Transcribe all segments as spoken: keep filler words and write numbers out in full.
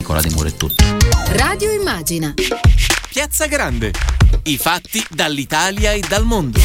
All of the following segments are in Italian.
Nicola De Muro è tutto. Radio Immagina. Piazza Grande. I fatti dall'Italia e dal mondo.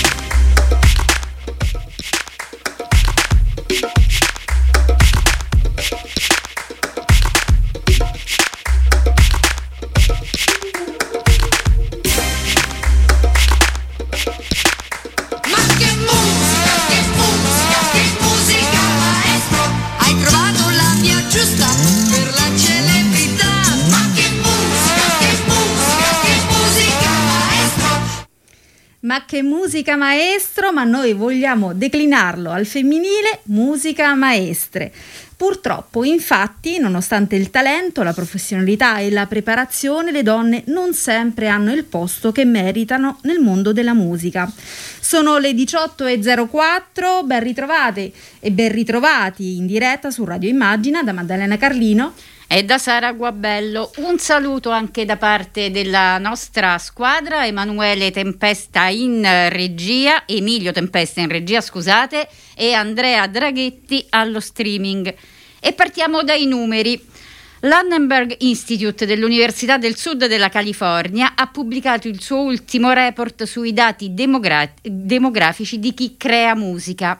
Ma che musica maestro, ma noi vogliamo declinarlo al femminile, musica maestre. Purtroppo, infatti, nonostante il talento, la professionalità e la preparazione, le donne non sempre hanno il posto che meritano nel mondo della musica. Sono le diciotto e zero quattro, ben ritrovate e ben ritrovati in diretta su Radio Immagina da Maddalena Carlino e da Sara Guabello. Un saluto anche da parte della nostra squadra, Emanuele Tempesta in regia, Emilio Tempesta in regia, scusate, e Andrea Draghetti allo streaming. E partiamo dai numeri. L'Annenberg Institute dell'Università del Sud della California ha pubblicato il suo ultimo report sui dati demogra- demografici di chi crea musica.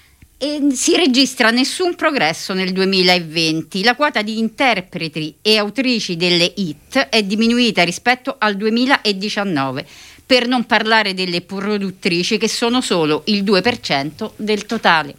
E si registra nessun progresso nel duemilaventi. La quota di interpreti e autrici delle hit è diminuita rispetto al duemiladiciannove, per non parlare delle produttrici, che sono solo il due per cento del totale.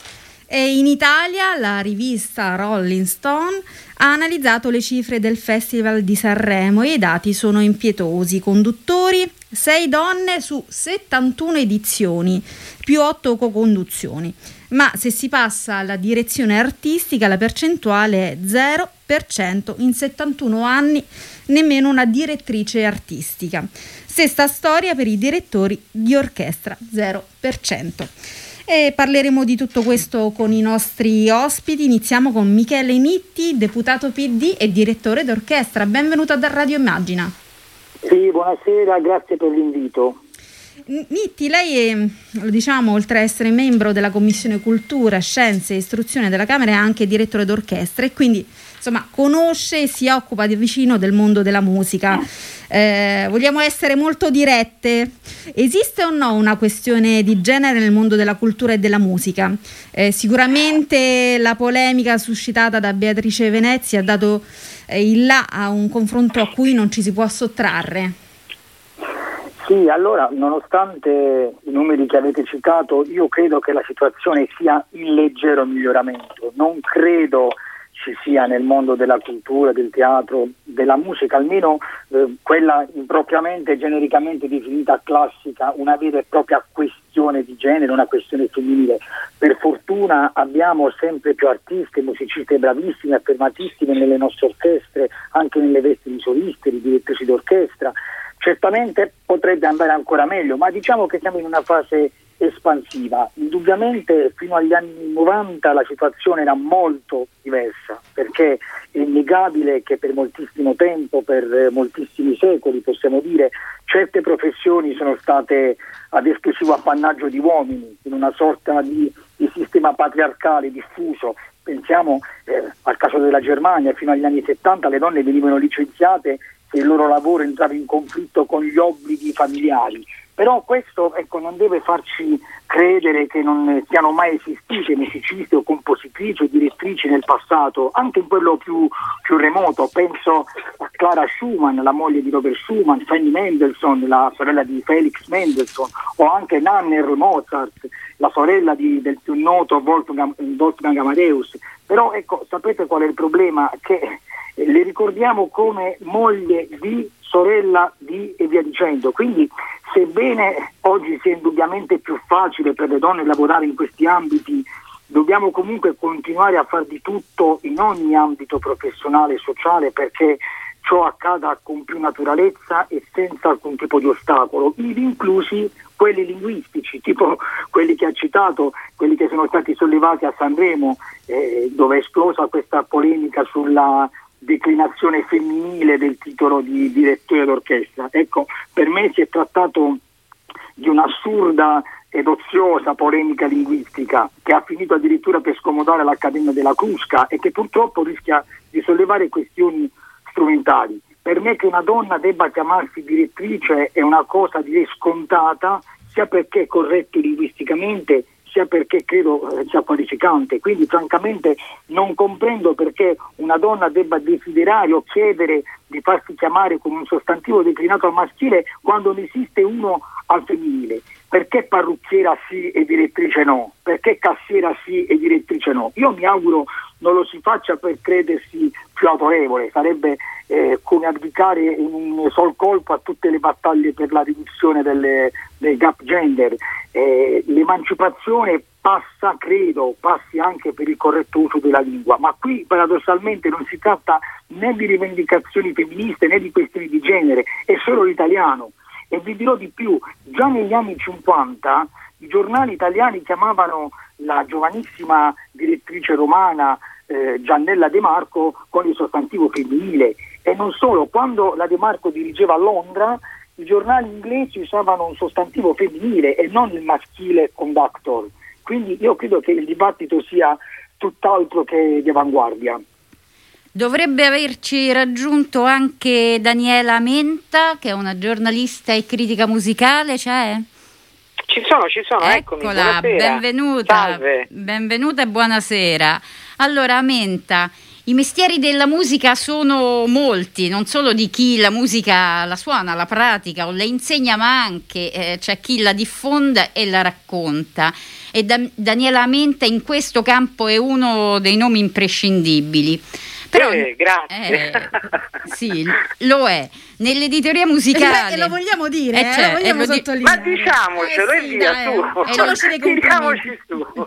E in Italia la rivista Rolling Stone ha analizzato le cifre del Festival di Sanremo e i dati sono impietosi. Conduttori, sei donne su settantuno edizioni, più otto co-conduzioni. Ma se si passa alla direzione artistica la percentuale è zero per cento, in settantuno anni nemmeno una direttrice artistica. Stessa storia per i direttori di orchestra, zero per cento. E parleremo di tutto questo con i nostri ospiti. Iniziamo con Michele Nitti, deputato P D e direttore d'orchestra. Benvenuto a Radio Immagina. Sì, buonasera, grazie per l'invito. Nitti, lei è, lo diciamo, oltre a essere membro della Commissione Cultura, Scienze e Istruzione della Camera, è anche direttore d'orchestra e quindi insomma conosce e si occupa di vicino del mondo della musica. Eh, vogliamo essere molto dirette. Esiste o no una questione di genere nel mondo della cultura e della musica? Eh, sicuramente la polemica suscitata da Beatrice Venezia ha dato eh, il là a un confronto a cui non ci si può sottrarre. Sì, allora, nonostante i numeri che avete citato, io credo che la situazione sia in leggero miglioramento. Non credo ci sia nel mondo della cultura, del teatro, della musica, almeno eh, quella impropriamente, genericamente definita classica, una vera e propria questione di genere, una questione femminile. Per fortuna abbiamo sempre più artiste, musiciste bravissime, affermatissime nelle nostre orchestre, anche nelle vesti di soliste, di direttrici d'orchestra. Certamente potrebbe andare ancora meglio, ma diciamo che siamo in una fase espansiva. Indubbiamente fino agli anni novanta la situazione era molto diversa, perché è innegabile che per moltissimo tempo, per moltissimi secoli possiamo dire, certe professioni sono state ad esclusivo appannaggio di uomini, in una sorta di, di sistema patriarcale diffuso. Pensiamo eh, al caso della Germania, fino agli anni settanta le donne venivano licenziate se il loro lavoro entrava in conflitto con gli obblighi familiari. Però questo ecco, non deve farci credere che non siano mai esistite musicisti o compositrici o direttrici nel passato, anche in quello più, più remoto. Penso a Clara Schumann, la moglie di Robert Schumann, Fanny Mendelssohn, la sorella di Felix Mendelssohn, o anche Nanner Mozart, la sorella di, del più noto Wolfgang, Wolfgang Amadeus. Però ecco, sapete qual è il problema? Che le ricordiamo come moglie di, sorella di e via dicendo. Quindi sebbene oggi sia indubbiamente più facile per le donne lavorare in questi ambiti, dobbiamo comunque continuare a far di tutto in ogni ambito professionale e sociale perché ciò accada con più naturalezza e senza alcun tipo di ostacolo, ivi inclusi quelli linguistici, tipo quelli che ha citato, quelli che sono stati sollevati a Sanremo, eh, dove è esplosa questa polemica sulla declinazione femminile del titolo di direttore d'orchestra. Ecco, per me si è trattato di un'assurda ed oziosa polemica linguistica che ha finito addirittura per scomodare l'Accademia della Crusca e che purtroppo rischia di sollevare questioni strumentali. Per me che una donna debba chiamarsi direttrice è una cosa direi scontata, sia perché è corretto linguisticamente, sia perché credo eh, sia qualificante. Quindi francamente non comprendo perché una donna debba desiderare o chiedere di farsi chiamare con un sostantivo declinato al maschile quando ne esiste uno al femminile. Perché parrucchiera sì e direttrice no? Perché cassiera sì e direttrice no? Io mi auguro non lo si faccia per credersi più autorevole, sarebbe eh, come abdicare in un sol colpo a tutte le battaglie per la riduzione delle, del gap gender. Eh, l'emancipazione passa, credo, passi anche per il corretto uso della lingua, ma qui paradossalmente non si tratta né di rivendicazioni femministe né di questioni di genere, è solo l'italiano. E vi dirò di più, già negli anni cinquanta i giornali italiani chiamavano la giovanissima direttrice romana eh, Giannella De Marco con il sostantivo femminile, e non solo, quando la De Marco dirigeva a Londra i giornali inglesi usavano un sostantivo femminile e non il maschile conductor. Quindi io credo che il dibattito sia tutt'altro che di avanguardia. Dovrebbe averci raggiunto anche Daniela Menta, che è una giornalista e critica musicale, c'è? Ci sono, ci sono, eccomi, Eccola, buonasera. benvenuta. Salve. Benvenuta e buonasera. Allora, Menta, i mestieri della musica sono molti, non solo di chi la musica la suona, la pratica o la insegna, ma anche eh, c'è chi la diffonde e la racconta. E da- Daniela Menta in questo campo è uno dei nomi imprescindibili. Però, eh, grazie. Eh, sì, lo è. Nell'editoria musicale. E lo vogliamo dire, Eh, eh, cioè, lo vogliamo e lo di- sottolineare. Ma diciamocelo, Eh, e sì, via, dai, su. eh, Facciamoci dei complimenti. Tiriamoci su.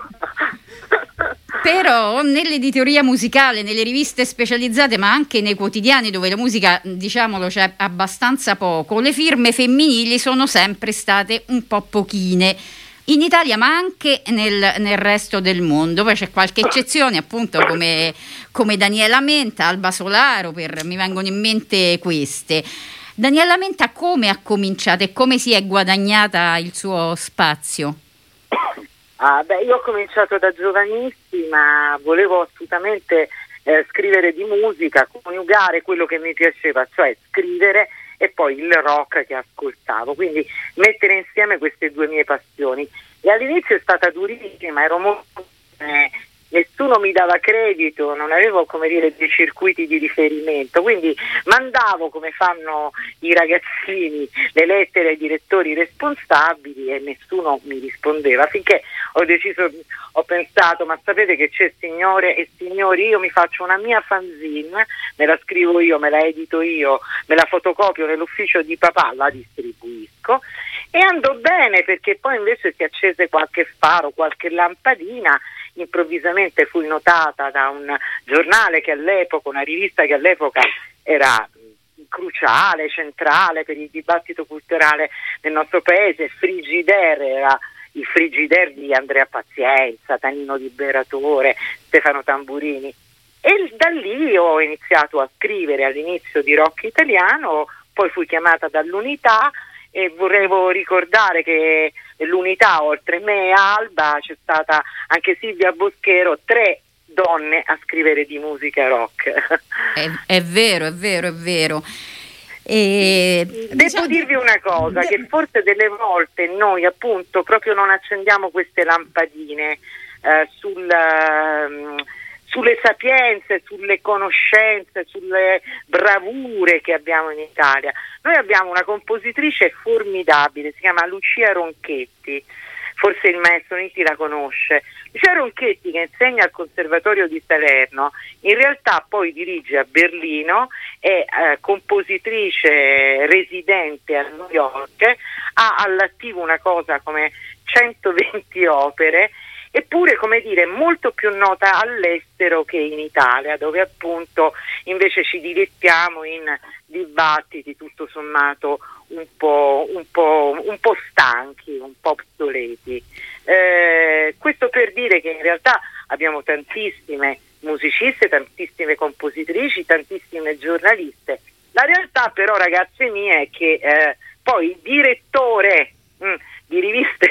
Però nell'editoria musicale, nelle riviste specializzate, ma anche nei quotidiani dove la musica, diciamolo, c'è abbastanza poco, le firme femminili sono sempre state un po' pochine. In Italia, ma anche nel, nel resto del mondo. Poi c'è qualche eccezione, appunto, come, come Daniela Menta, Alba Solaro, per, mi vengono in mente queste. Daniela Menta come ha cominciato e come si è guadagnata il suo spazio? Ah, beh, io ho cominciato da giovanissima, volevo assolutamente eh, scrivere di musica, coniugare quello che mi piaceva, cioè scrivere e poi il rock che ascoltavo, quindi mettere insieme queste due mie passioni. E all'inizio è stata durissima, ero molto eh, nessuno mi dava credito, non avevo, come dire, dei circuiti di riferimento, quindi mandavo, come fanno i ragazzini, le lettere ai direttori responsabili e nessuno mi rispondeva, finché ho deciso, ho pensato, ma sapete che c'è, signore e signori, io mi faccio una mia fanzine, me la scrivo io, me la edito io, me la fotocopio nell'ufficio di papà, la distribuisco e andò bene, perché poi invece si accese qualche faro, qualche lampadina. Improvvisamente fui notata da un giornale che all'epoca, una rivista che all'epoca era cruciale, centrale per il dibattito culturale del nostro paese. Frigidaire era il Frigidaire di Andrea Pazienza, Tanino Liberatore, Stefano Tamburini, e da lì ho iniziato a scrivere all'inizio di rock italiano, poi fui chiamata dall'Unità e volevo ricordare che l'Unità, oltre me e Alba, c'è stata anche Silvia Boschero, tre donne a scrivere di musica rock. È, è vero, è vero, è vero. E... Devo diciamo... dirvi una cosa, De... che forse delle volte noi appunto proprio non accendiamo queste lampadine eh, sul... Um, sulle sapienze, sulle conoscenze, sulle bravure che abbiamo in Italia. Noi abbiamo una compositrice formidabile, si chiama Lucia Ronchetti, forse il maestro Nitti la conosce. Lucia Ronchetti, che insegna al Conservatorio di Salerno, in realtà poi dirige a Berlino, è eh, compositrice residente a New York, ha all'attivo una cosa come centoventi opere, eppure, come dire, molto più nota all'estero che in Italia, dove appunto invece ci dilettiamo in dibattiti tutto sommato un po', un po', un po' stanchi, un po' obsoleti. Eh, questo per dire che in realtà abbiamo tantissime musiciste, tantissime compositrici, tantissime giornaliste. La realtà però, ragazze mie, è che eh, poi il direttore mh, di riviste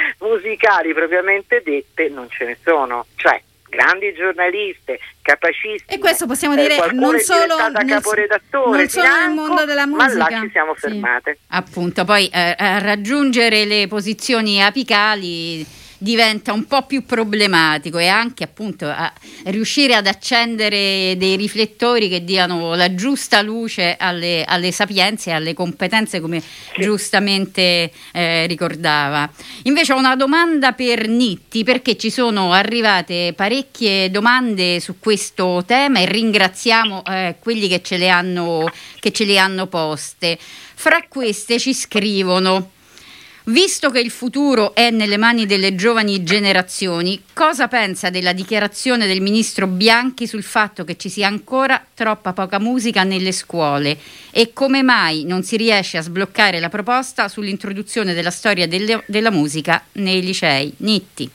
musicali propriamente dette non ce ne sono, cioè grandi giornaliste, capacissime. E questo possiamo dire eh, non solo nel, caporedattore, non solo financo, nel mondo della musica. Ma là ci siamo fermate. Sì. Appunto, poi eh, a raggiungere le posizioni apicali diventa un po' più problematico, e anche appunto a riuscire ad accendere dei riflettori che diano la giusta luce alle, alle sapienze e alle competenze, come sì. giustamente eh, ricordava. Invece ho una domanda per Nitti, perché ci sono arrivate parecchie domande su questo tema e ringraziamo eh, quelli che ce le hanno, che ce le hanno poste. Fra queste ci scrivono: visto che il futuro è nelle mani delle giovani generazioni, cosa pensa della dichiarazione del ministro Bianchi sul fatto che ci sia ancora troppa poca musica nelle scuole, e come mai non si riesce a sbloccare la proposta sull'introduzione della storia delle, della musica nei licei? Nitti.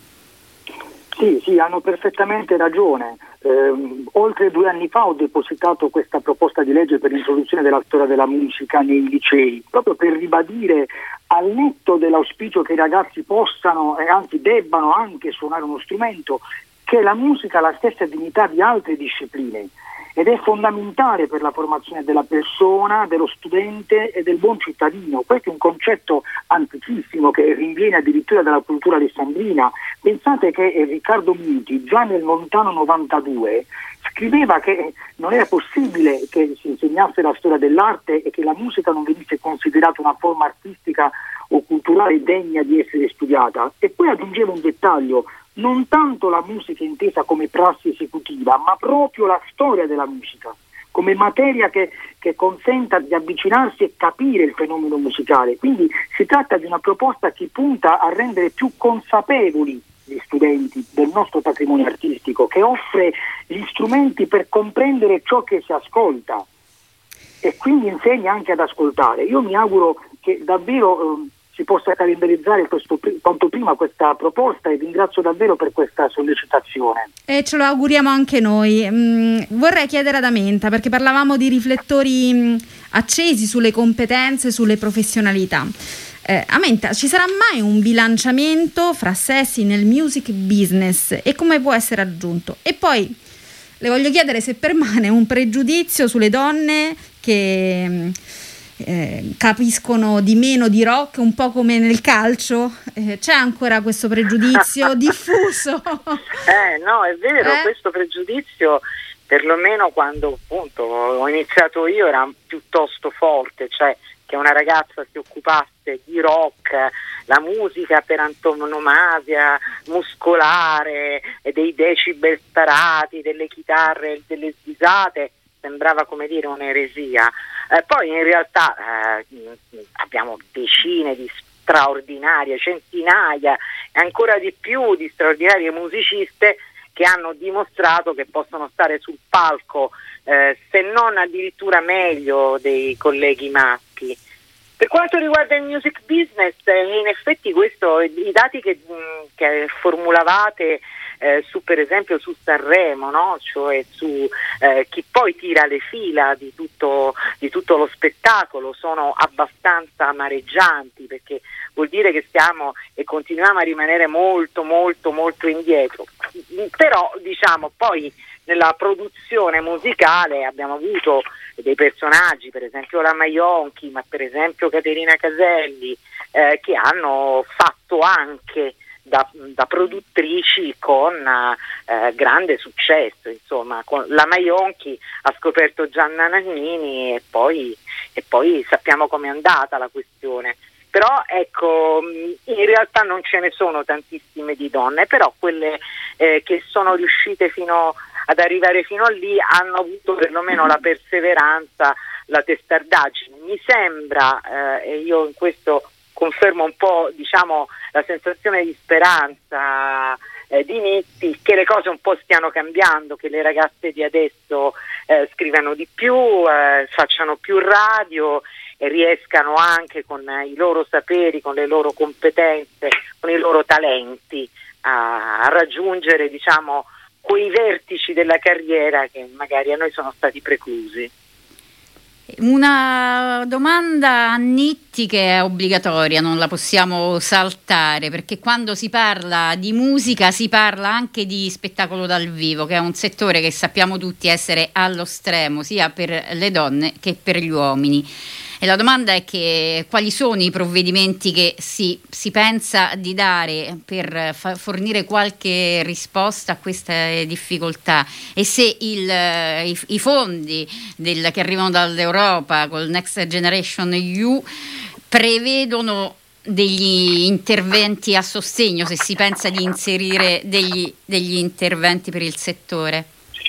Sì, sì, hanno perfettamente ragione. Eh, oltre due anni fa ho depositato questa proposta di legge per l'introduzione della storia della musica nei licei, proprio per ribadire, al netto dell'auspicio che i ragazzi possano e anzi debbano anche suonare uno strumento, che la musica ha la stessa dignità di altre discipline ed è fondamentale per la formazione della persona, dello studente e del buon cittadino. Questo è un concetto antichissimo che rinviene addirittura dalla cultura alessandrina. Pensate che Riccardo Muti già nel lontano novantadue scriveva che non era possibile che si insegnasse la storia dell'arte e che la musica non venisse considerata una forma artistica o culturale degna di essere studiata. E poi aggiungeva un dettaglio: non tanto la musica intesa come prassi esecutiva, ma proprio la storia della musica, come materia che, che consenta di avvicinarsi e capire il fenomeno musicale. Quindi si tratta di una proposta che punta a rendere più consapevoli gli studenti del nostro patrimonio artistico, che offre gli strumenti per comprendere ciò che si ascolta e quindi insegna anche ad ascoltare. Io mi auguro che davvero eh, si possa calendarizzare questo, quanto prima questa proposta, e ringrazio davvero per questa sollecitazione. E ce lo auguriamo anche noi. Mm, vorrei chiedere ad Amenta, perché parlavamo di riflettori mh, accesi sulle competenze, sulle professionalità. Eh, Amenta, ci sarà mai un bilanciamento fra sessi nel music business e come può essere raggiunto? E poi le voglio chiedere se permane un pregiudizio sulle donne che eh, capiscono di meno di rock, un po' come nel calcio. Eh, c'è ancora questo pregiudizio diffuso? Eh no, è vero, eh? questo pregiudizio, perlomeno quando appunto ho iniziato io, era piuttosto forte, cioè che una ragazza si occupasse di rock, la musica per antonomasia muscolare, dei decibel sparati, delle chitarre, delle svisate, sembrava come dire un'eresia. Eh, poi in realtà eh, abbiamo decine di straordinarie, centinaia e ancora di più di straordinarie musiciste che hanno dimostrato che possono stare sul palco eh, se non addirittura meglio dei colleghi maschi. Per quanto riguarda il music business, eh, in effetti questo, i dati che, mh, che formulavate eh, su per esempio su Sanremo, no? Cioè su eh, chi poi tira le fila di tutto, di tutto lo spettacolo, sono abbastanza amareggianti, perché vuol dire che stiamo e continuiamo a rimanere molto molto molto indietro. Però diciamo poi nella produzione musicale abbiamo avuto dei personaggi, per esempio la Maionchi, ma per esempio Caterina Caselli, eh, che hanno fatto anche da, da produttrici con eh, grande successo. Insomma, con la Maionchi ha scoperto Gianna Nannini e poi, e poi sappiamo com'è andata la questione. Però ecco, in realtà non ce ne sono tantissime di donne, però quelle eh, che sono riuscite fino ad arrivare fino a lì hanno avuto perlomeno la perseveranza, la testardaggine. Mi sembra, eh, e io in questo confermo un po', diciamo, la sensazione di speranza eh, di Nitti, che le cose un po' stiano cambiando, che le ragazze di adesso eh, scrivano di più, eh, facciano più radio e riescano anche con i loro saperi, con le loro competenze, con i loro talenti a, a raggiungere, diciamo, quei vertici della carriera che magari a noi sono stati preclusi. Una domanda a Nitti Nitti che è obbligatoria, non la possiamo saltare, perché quando si parla di musica si parla anche di spettacolo dal vivo, che è un settore che sappiamo tutti essere allo stremo sia per le donne che per gli uomini. E la domanda è che quali sono i provvedimenti che si, si pensa di dare per fa- fornire qualche risposta a queste difficoltà, e se il, i, i fondi del, che arrivano dall'Europa col Next Generation E U prevedono degli interventi a sostegno, se si pensa di inserire degli, degli interventi per il settore.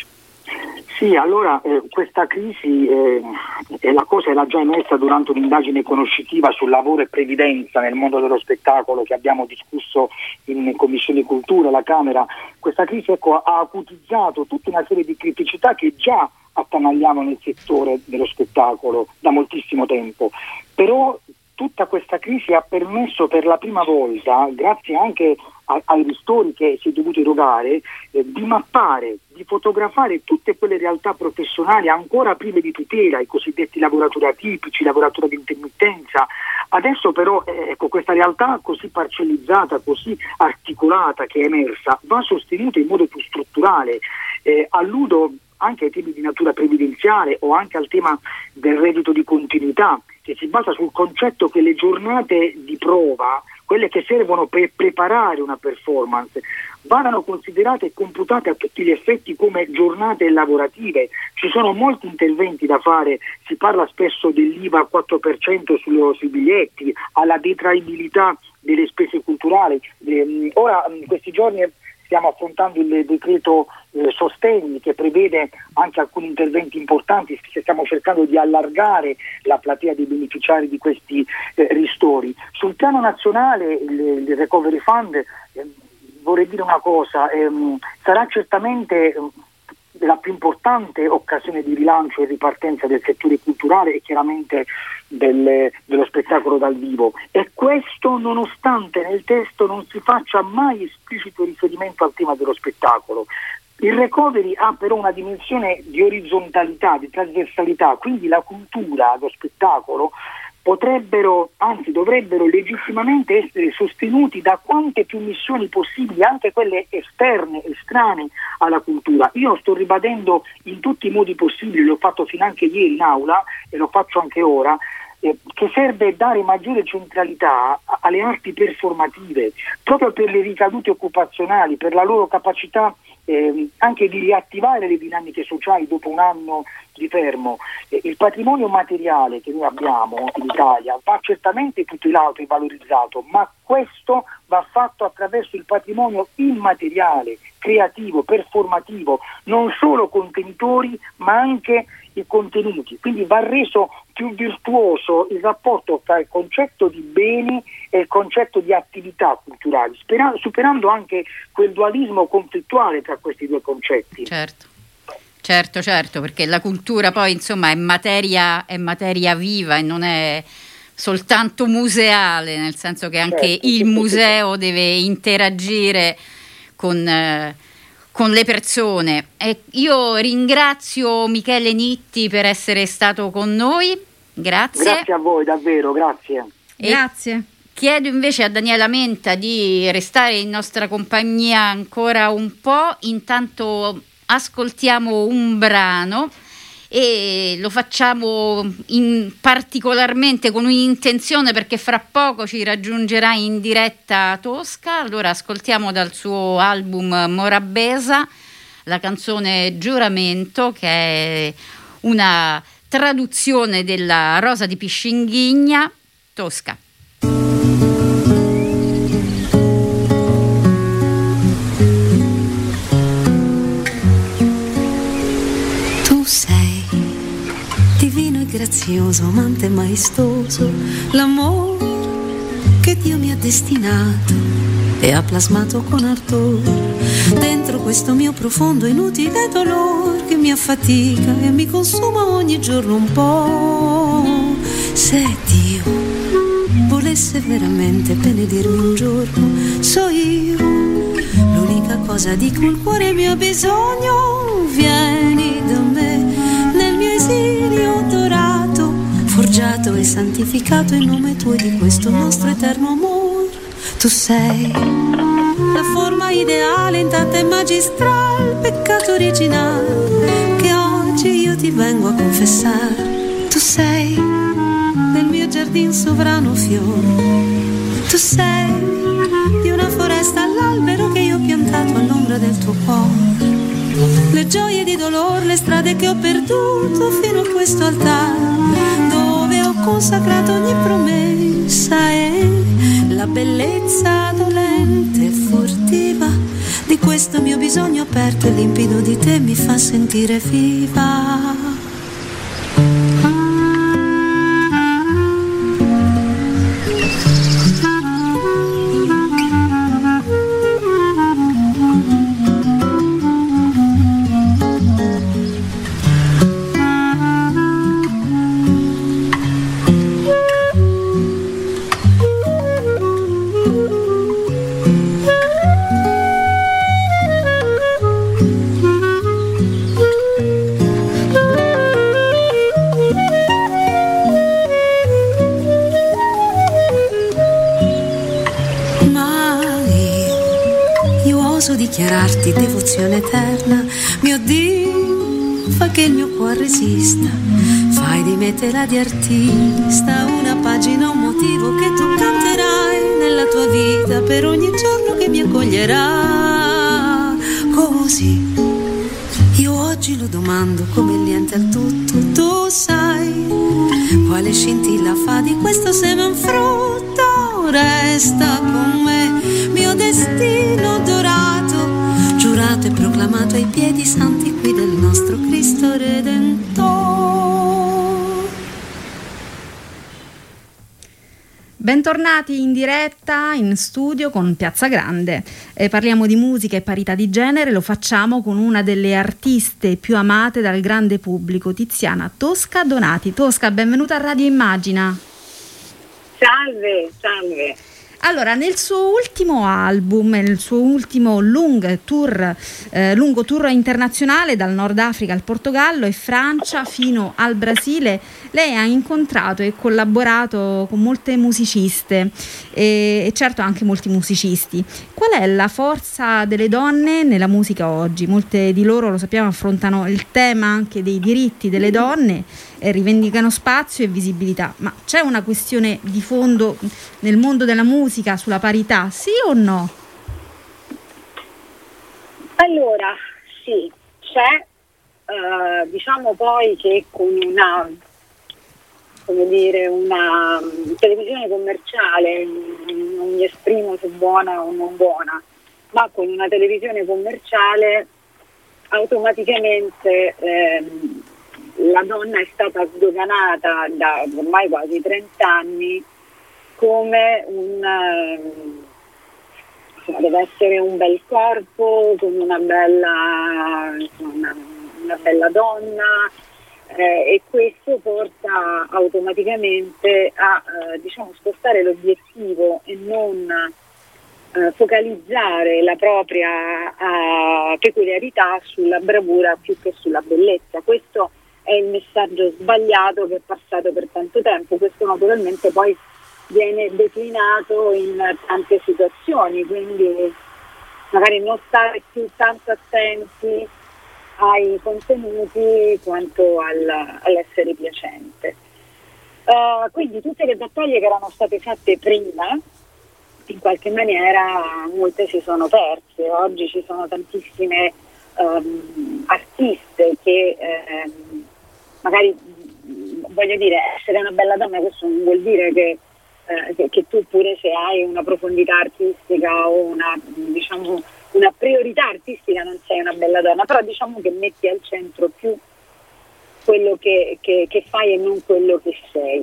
Sì, allora eh, questa crisi eh, eh, la cosa era già emersa durante un'indagine conoscitiva sul lavoro e previdenza nel mondo dello spettacolo che abbiamo discusso in Commissione Cultura alla Camera. Questa crisi, ecco, ha acutizzato tutta una serie di criticità che già attanagliavano il settore dello spettacolo da moltissimo tempo, però tutta questa crisi ha permesso per la prima volta, grazie anche a, ai ristori che si è dovuto erogare, eh, di mappare, di fotografare tutte quelle realtà professionali ancora prive di tutela, i cosiddetti lavoratori atipici, lavoratori di intermittenza. Adesso però eh, ecco, questa realtà così parcellizzata, così articolata che è emersa, va sostenuta in modo più strutturale. Eh, alludo anche ai temi di natura previdenziale o anche al tema del reddito di continuità, che si basa sul concetto che le giornate di prova, quelle che servono per preparare una performance, vadano considerate e computate a tutti gli effetti come giornate lavorative. Ci sono molti interventi da fare, si parla spesso dell'I V A al quattro per cento sui, sui biglietti, alla detraibilità delle spese culturali. Eh, ora, in questi giorni stiamo affrontando il decreto eh, sostegni che prevede anche alcuni interventi importanti, stiamo cercando di allargare la platea dei beneficiari di questi eh, ristori. Sul piano nazionale il, il Recovery Fund, eh, vorrei dire una cosa, ehm, sarà certamente eh, la più importante occasione di rilancio e ripartenza del settore culturale e chiaramente del, dello spettacolo dal vivo, e questo nonostante nel testo non si faccia mai esplicito riferimento al tema dello spettacolo. Il recovery ha però una dimensione di orizzontalità, di trasversalità, quindi la cultura, lo spettacolo potrebbero, anzi dovrebbero legittimamente essere sostenuti da quante più missioni possibili, anche quelle esterne, estranee alla cultura. Io sto ribadendo in tutti i modi possibili, l'ho fatto fino anche ieri in aula e lo faccio anche ora, eh, che serve dare maggiore centralità alle arti performative, proprio per le ricadute occupazionali, per la loro capacità Eh, anche di riattivare le dinamiche sociali dopo un anno di fermo. Eh, il patrimonio materiale che noi abbiamo in Italia va certamente tutelato e valorizzato, ma questo va fatto attraverso il patrimonio immateriale, creativo, performativo, non solo contenitori ma anche i contenuti, quindi va reso più virtuoso il rapporto tra il concetto di beni e il concetto di attività culturali, spera- superando anche quel dualismo conflittuale tra questi due concetti. Certo, certo, certo, perché la cultura poi insomma è materia, è materia viva e non è soltanto museale, nel senso che anche certo, il museo deve interagire con... Eh, con le persone. E io ringrazio Michele Nitti per essere stato con noi, grazie. Grazie a voi, davvero, grazie. E grazie. Chiedo invece a Daniela Menta di restare in nostra compagnia ancora un po', intanto ascoltiamo un brano e lo facciamo in particolarmente con un'intenzione perché fra poco ci raggiungerà in diretta Tosca. Allora ascoltiamo dal suo album Morabeza la canzone Giuramento, che è una traduzione della Rosa di Piscinghigna. Tosca. Grazioso, amante maestoso, l'amore che Dio mi ha destinato e ha plasmato con ardore dentro questo mio profondo inutile dolore che mi affatica e mi consuma ogni giorno un po'. Se Dio volesse veramente benedirmi un giorno, so io l'unica cosa di cui il cuore mio ha bisogno. Vieni da me nel mio esilio dorato, forgiato e santificato il nome tuo e di questo nostro eterno amore. Tu sei la forma ideale, intatta e magistrale, peccato originale che oggi io ti vengo a confessare. Tu sei nel mio giardin sovrano fiore, tu sei di una foresta all'albero che io ho piantato all'ombra del tuo cuore. Le gioie di dolore, le strade che ho perduto fino a questo altare dove ho consacrato ogni promessa e la bellezza dolente e furtiva di questo mio bisogno aperto e limpido di te mi fa sentire viva. Dichiararti devozione eterna, mio Dio, fa che il mio cuore resista, fai di me tela di artista, una pagina, un motivo che tu canterai nella tua vita per ogni giorno che mi accoglierà. Così io oggi lo domando come niente al tutto, tu sai quale scintilla fa di questo seme un frutto, resta con me mio destino dorato, giurato e proclamato ai piedi santi qui del nostro Cristo Redentore. Bentornati in diretta in studio con Piazza Grande. Eh, parliamo di musica e parità di genere, lo facciamo con una delle artiste più amate dal grande pubblico, Tiziana Tosca Donati. Tosca, benvenuta a Radio Immagina. Salve, salve. Allora, nel suo ultimo album, nel suo ultimo lung tour, eh, lungo tour internazionale dal Nord Africa al Portogallo e Francia fino al Brasile, lei ha incontrato e collaborato con molte musiciste e, e certo anche molti musicisti. Qual è la forza delle donne nella musica oggi? Molte di loro, lo sappiamo, affrontano il tema anche dei diritti delle donne e rivendicano spazio e visibilità, ma c'è una questione di fondo nel mondo della musica sulla parità, sì o no? Allora, sì, c'è, eh, diciamo poi che con una, come dire, una televisione commerciale, non mi esprimo se buona o non buona, ma con una televisione commerciale automaticamente ehm, la donna è stata sdoganata da ormai quasi trenta anni come un, insomma, deve essere un bel corpo, con una bella, insomma, una bella donna, eh, e questo porta automaticamente a eh, diciamo spostare l'obiettivo e non eh, focalizzare la propria eh, peculiarità sulla bravura più che sulla bellezza. Questo è il messaggio sbagliato che è passato per tanto tempo. Questo naturalmente poi viene declinato in tante situazioni, quindi magari non stare più tanto attenti ai contenuti quanto al, all'essere piacente. Uh, quindi tutte le battaglie che erano state fatte prima, in qualche maniera molte si sono perse. Oggi ci sono tantissime um, artiste che um, magari, voglio dire, essere una bella donna questo non vuol dire che, eh, che, che tu pure se hai una profondità artistica o una, diciamo, una priorità artistica non sei una bella donna, però diciamo che metti al centro più quello che, che, che fai e non quello che sei.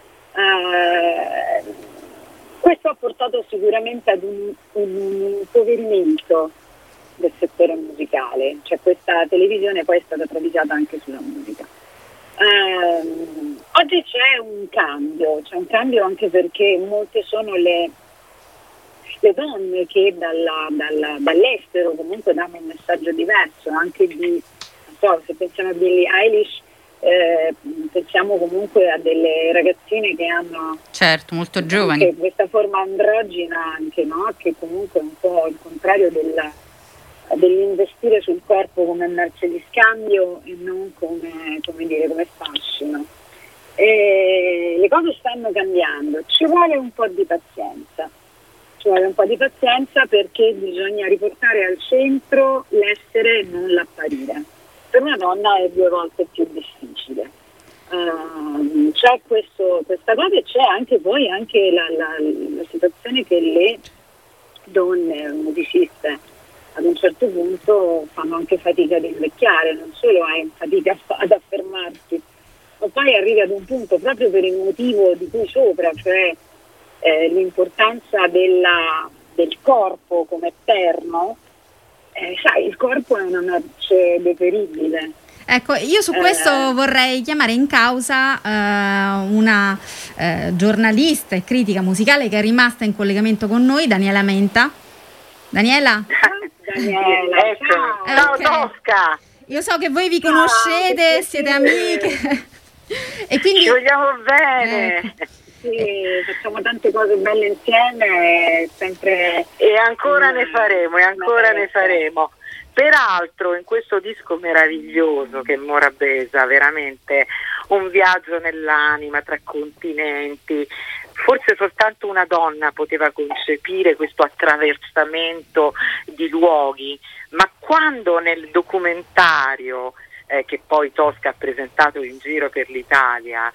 Uh, questo ha portato sicuramente ad un, un impoverimento del settore musicale, cioè questa televisione poi è stata travisata anche sulla musica. Uh, oggi c'è un cambio, c'è un cambio anche perché molte sono le, le donne che dalla, dalla, dall'estero comunque danno un messaggio diverso, anche di, non so, se pensiamo a Billie Eilish, eh, pensiamo comunque a delle ragazzine che hanno certo molto giovani questa forma androgina anche, no? Che comunque è un po' il contrario della, dell'investire sul corpo come merce di scambio e non come, come dire, come fascino. E le cose stanno cambiando, ci vuole un po' di pazienza. Ci vuole un po' di pazienza perché bisogna riportare al centro l'essere e non l'apparire. Per una donna è due volte più difficile. Uh, c'è questo, questa cosa e c'è anche poi anche la, la, la situazione che le donne musiciste ad un certo punto fanno anche fatica ad invecchiare, non solo hai fatica ad affermarsi, ma poi arrivi ad un punto proprio per il motivo di cui sopra, cioè eh, l'importanza della, del corpo come perno. Eh, sai, il corpo è una merce deperibile. Ecco, io su questo eh. vorrei chiamare in causa eh, una eh, giornalista e critica musicale che è rimasta in collegamento con noi, Daniela Menta. Daniela? Daniela, ecco. ciao. Ciao okay. Tosca. Io so che voi vi conoscete, ciao, siete amiche e quindi ci vogliamo bene. Eh. Sì, facciamo tante cose belle insieme, sempre e ancora ne faremo, e ancora ne faremo. Peraltro in questo disco meraviglioso che è Morabeza, veramente un viaggio nell'anima tra continenti, forse soltanto una donna poteva concepire questo attraversamento di luoghi, ma quando nel documentario eh, che poi Tosca ha presentato in giro per l'Italia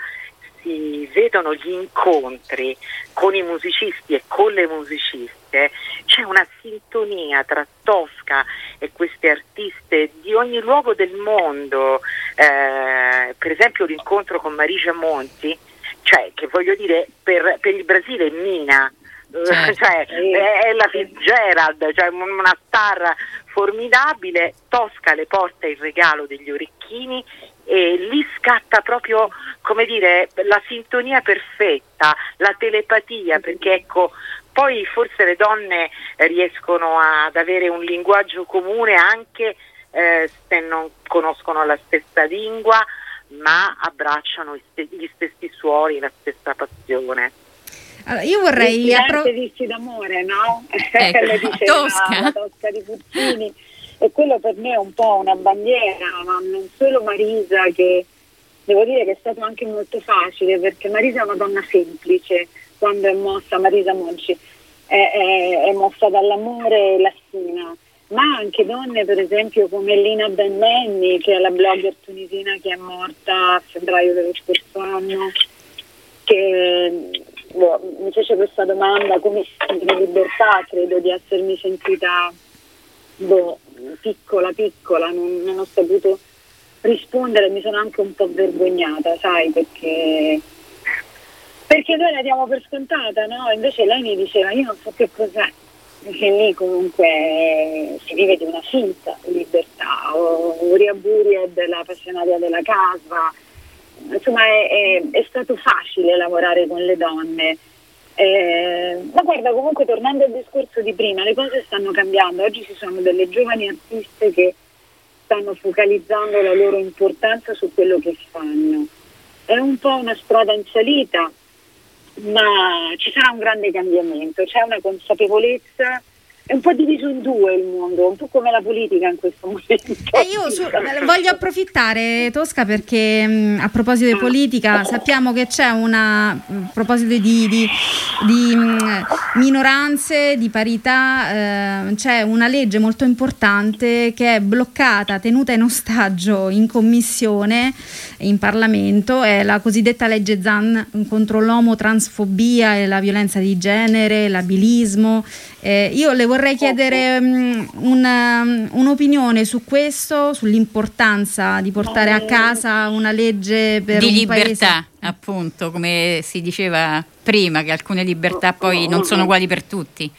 si vedono gli incontri con i musicisti e con le musiciste, c'è una sintonia tra Tosca e queste artiste di ogni luogo del mondo, eh, per esempio l'incontro con Marisa Monti, cioè che voglio dire per, per il Brasile è Mina, certo. Cioè, è, è la Fitzgerald, cioè una star formidabile. Tosca le porta il regalo degli orecchini e lì scatta proprio, come dire, la sintonia perfetta, la telepatia, perché ecco, poi forse le donne riescono ad avere un linguaggio comune anche eh, se non conoscono la stessa lingua, ma abbracciano gli stessi suoni, la stessa passione. Allora, io vorrei appro- visti d'amore, no? Ecco, Le diceva Tosca. la Tosca di Puccini, e quello per me è un po' una bandiera, ma non solo Marisa, che devo dire che è stato anche molto facile, perché Marisa è una donna semplice quando è mossa, Marisa Monci è, è, è mossa dall'amore e la stima, ma anche donne per esempio come Lina Ben-Menni, che è la blogger tunisina che è morta a febbraio dello scorso anno, che boh, mi fece questa domanda: come si sente di libertà? Credo di essermi sentita boh, piccola piccola, non, non ho saputo rispondere, mi sono anche un po' vergognata, sai, perché perché noi la diamo per scontata, no? Invece lei mi diceva: io non so che cos'è, perché lì comunque si vive di una finta libertà, o Uri Aburi della Appassionata della Casa, insomma è, è, è stato facile lavorare con le donne. Eh, ma guarda, comunque tornando al discorso di prima, le cose stanno cambiando. Oggi ci sono delle giovani artiste che stanno focalizzando la loro importanza su quello che fanno. È un po' una strada in salita, ma ci sarà un grande cambiamento, c'è una consapevolezza. È un po' diviso in due il mondo, un po' come la politica in questo momento. E io su, voglio approfittare, Tosca, perché mh, a proposito di politica sappiamo che c'è una, a proposito di, di, di mh, minoranze, di parità, eh, c'è una legge molto importante che è bloccata, tenuta in ostaggio in commissione, in Parlamento, è la cosiddetta legge Zan contro l'omotransfobia e la violenza di genere, l'abilismo. Eh, io le vorrei chiedere um, una, un'opinione su questo, sull'importanza di portare a casa una legge per di un libertà, paese. Appunto, come si diceva prima, che alcune libertà poi non sono uguali per tutti.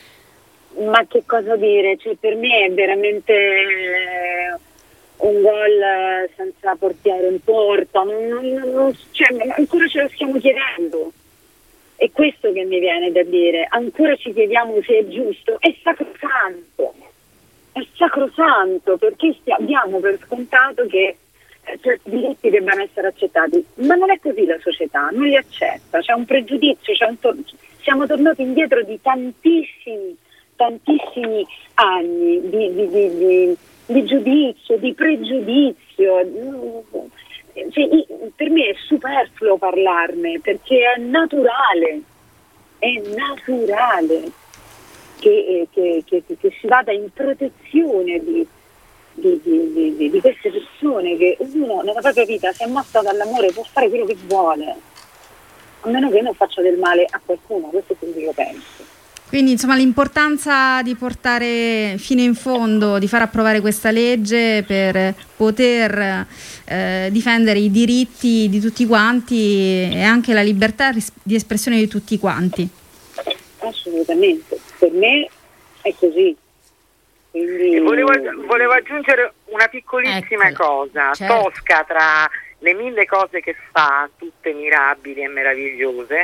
Ma che cosa dire? Cioè, per me è veramente eh, un gol senza portiere in porta, non, non, non, cioè, ancora ce lo stiamo chiedendo. È questo che mi viene da dire, ancora ci chiediamo se è giusto, è sacrosanto, è sacrosanto, perché stiamo, diamo per scontato che cioè, diritti debbano essere accettati, ma non è così la società, non li accetta, c'è un pregiudizio, c'è un tor- siamo tornati indietro di tantissimi, tantissimi anni di, di, di, di, di giudizio, di pregiudizio. Cioè, per me è superfluo parlarne, perché è naturale, è naturale che, che, che, che si vada in protezione di Di, di, di, di queste persone, che ognuno nella propria vita, se è mossa dall'amore, può fare quello che vuole, a meno che non faccia del male a qualcuno. Questo è quello che io penso. Quindi insomma l'importanza di portare fino in fondo, di far approvare questa legge per poter eh, difendere i diritti di tutti quanti e anche la libertà di espressione di tutti quanti. Assolutamente, per me è così. Quindi... Volevo, volevo aggiungere una piccolissima Eccola. cosa. Certo. Tosca, tra le mille cose che fa, tutte mirabili e meravigliose,